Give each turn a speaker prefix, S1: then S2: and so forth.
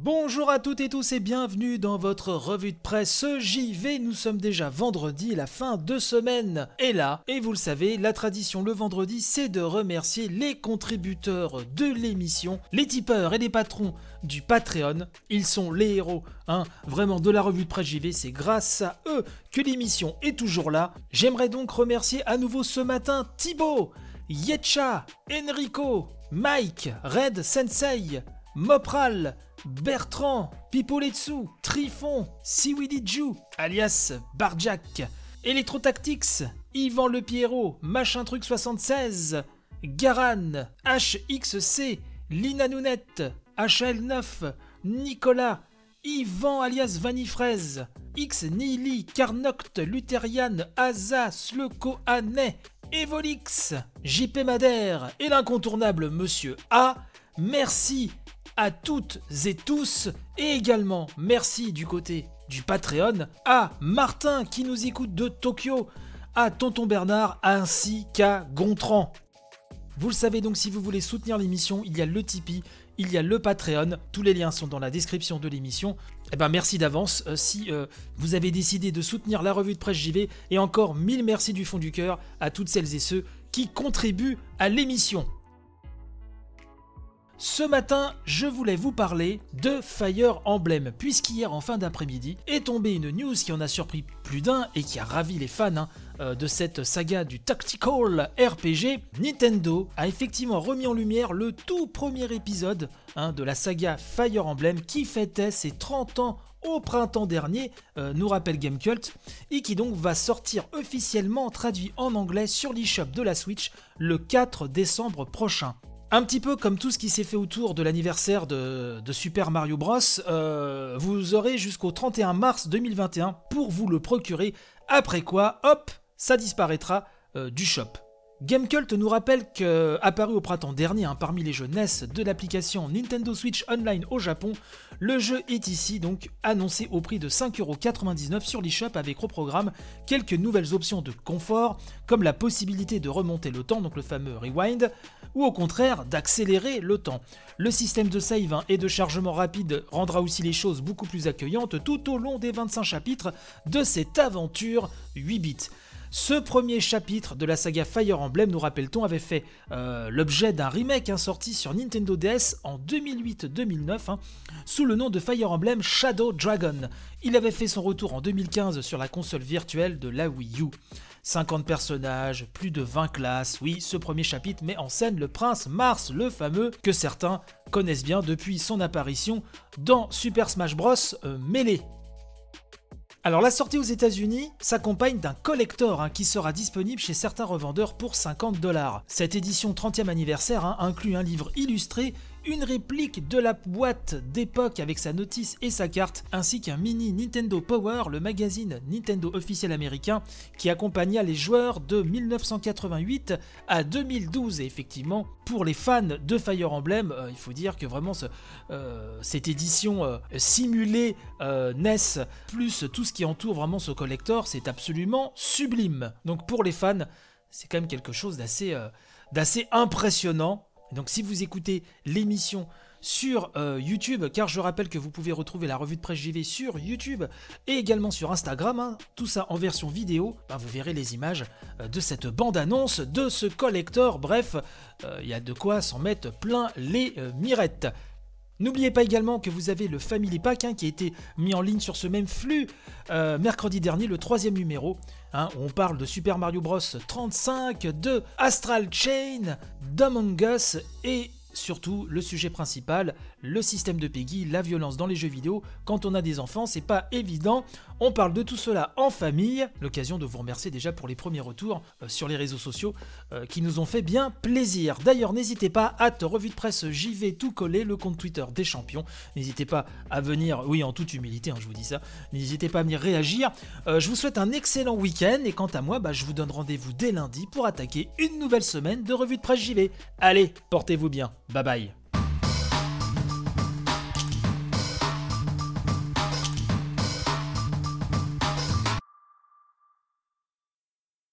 S1: Bonjour à toutes et tous et bienvenue dans votre revue de presse JV. Nous sommes déjà vendredi, la fin de semaine est là. Et vous le savez, la tradition le vendredi, c'est de remercier les contributeurs de l'émission, les tipeurs et les patrons du Patreon. Ils sont les héros, vraiment de la revue de presse JV. C'est grâce à eux que l'émission est toujours là. J'aimerais donc remercier à nouveau ce matin Thibaut, Yetcha, Enrico, Mike, Red Sensei, Mopral, Bertrand, Pipoletsu, Trifon, Siwidiju, alias Barjack, Electrotactics, Yvan Le Pierrot, Machin Truc 76, Garan, HXC, Lina Nounette, HL9, Nicolas, Yvan alias Vanifraise, X Nili, Carnoct, Lutherian, Asa, Sleko Anet, Evolix, JP Madère et l'incontournable Monsieur A. Merci à toutes et tous, et également merci du côté du Patreon à Martin qui nous écoute de Tokyo, à Tonton Bernard ainsi qu'à Gontran. Vous le savez donc, si vous voulez soutenir l'émission, il y a le Tipeee, il y a le Patreon, tous les liens sont dans la description de l'émission. Merci d'avance si vous avez décidé de soutenir la revue de presse JV, et encore 1000 merci du fond du cœur à toutes celles et ceux qui contribuent à l'émission. Ce matin, je voulais vous parler de Fire Emblem, puisqu'hier en fin d'après-midi est tombée une news qui en a surpris plus d'un et qui a ravi les fans de cette saga du Tactical RPG. Nintendo a effectivement remis en lumière le tout premier épisode de la saga Fire Emblem qui fêtait ses 30 ans au printemps dernier, nous rappelle Gamecult, et qui donc va sortir officiellement traduit en anglais sur l'eShop de la Switch le 4 décembre prochain. Un petit peu comme tout ce qui s'est fait autour de l'anniversaire de Super Mario Bros, vous aurez jusqu'au 31 mars 2021 pour vous le procurer, après quoi, hop, ça disparaîtra du shop. Gamecult nous rappelle qu'apparu au printemps dernier parmi les jeux NES de l'application Nintendo Switch Online au Japon, le jeu est ici donc annoncé au prix de 5,99€ sur l'eShop avec au programme quelques nouvelles options de confort comme la possibilité de remonter le temps, donc le fameux rewind, ou au contraire d'accélérer le temps. Le système de save et de chargement rapide rendra aussi les choses beaucoup plus accueillantes tout au long des 25 chapitres de cette aventure 8 bits. Ce premier chapitre de la saga Fire Emblem, nous rappelle-t-on, avait fait l'objet d'un remake sorti sur Nintendo DS en 2008-2009 sous le nom de Fire Emblem Shadow Dragon. Il avait fait son retour en 2015 sur la console virtuelle de la Wii U. 50 personnages, plus de 20 classes, oui, ce premier chapitre met en scène le prince Mars, le fameux, que certains connaissent bien depuis son apparition dans Super Smash Bros. Melee. Alors la sortie aux États-Unis s'accompagne d'un collector qui sera disponible chez certains revendeurs pour 50$. Cette édition 30e anniversaire inclut un livre illustré, une réplique de la boîte d'époque avec sa notice et sa carte, ainsi qu'un mini Nintendo Power, le magazine Nintendo officiel américain qui accompagna les joueurs de 1988 à 2012. Et effectivement, pour les fans de Fire Emblem, il faut dire que vraiment cette édition simulée NES, plus tout ce qui entoure vraiment ce collector, c'est absolument sublime. Donc pour les fans, c'est quand même quelque chose d'assez impressionnant. Donc si vous écoutez l'émission sur YouTube, car je rappelle que vous pouvez retrouver la revue de presse JV sur YouTube et également sur Instagram, tout ça en version vidéo, vous verrez les images de cette bande-annonce, de ce collector, bref, il y a de quoi s'en mettre plein les mirettes. N'oubliez pas également que vous avez le Family Pack qui a été mis en ligne sur ce même flux mercredi dernier, le 3e numéro. Où on parle de Super Mario Bros 35, de Astral Chain, d'Among Us et surtout le sujet principal, le système de PEGI, la violence dans les jeux vidéo. Quand on a des enfants, c'est pas évident. On parle de tout cela en famille. L'occasion de vous remercier déjà pour les premiers retours sur les réseaux sociaux qui nous ont fait bien plaisir. D'ailleurs, n'hésitez pas, revue de presse JV tout collé, le compte Twitter des champions. N'hésitez pas à venir, oui, en toute humilité, je vous dis ça, n'hésitez pas à venir réagir. Je vous souhaite un excellent week-end et quant à moi, je vous donne rendez-vous dès lundi pour attaquer une nouvelle semaine de revue de presse JV. Allez, portez-vous bien. Bye bye.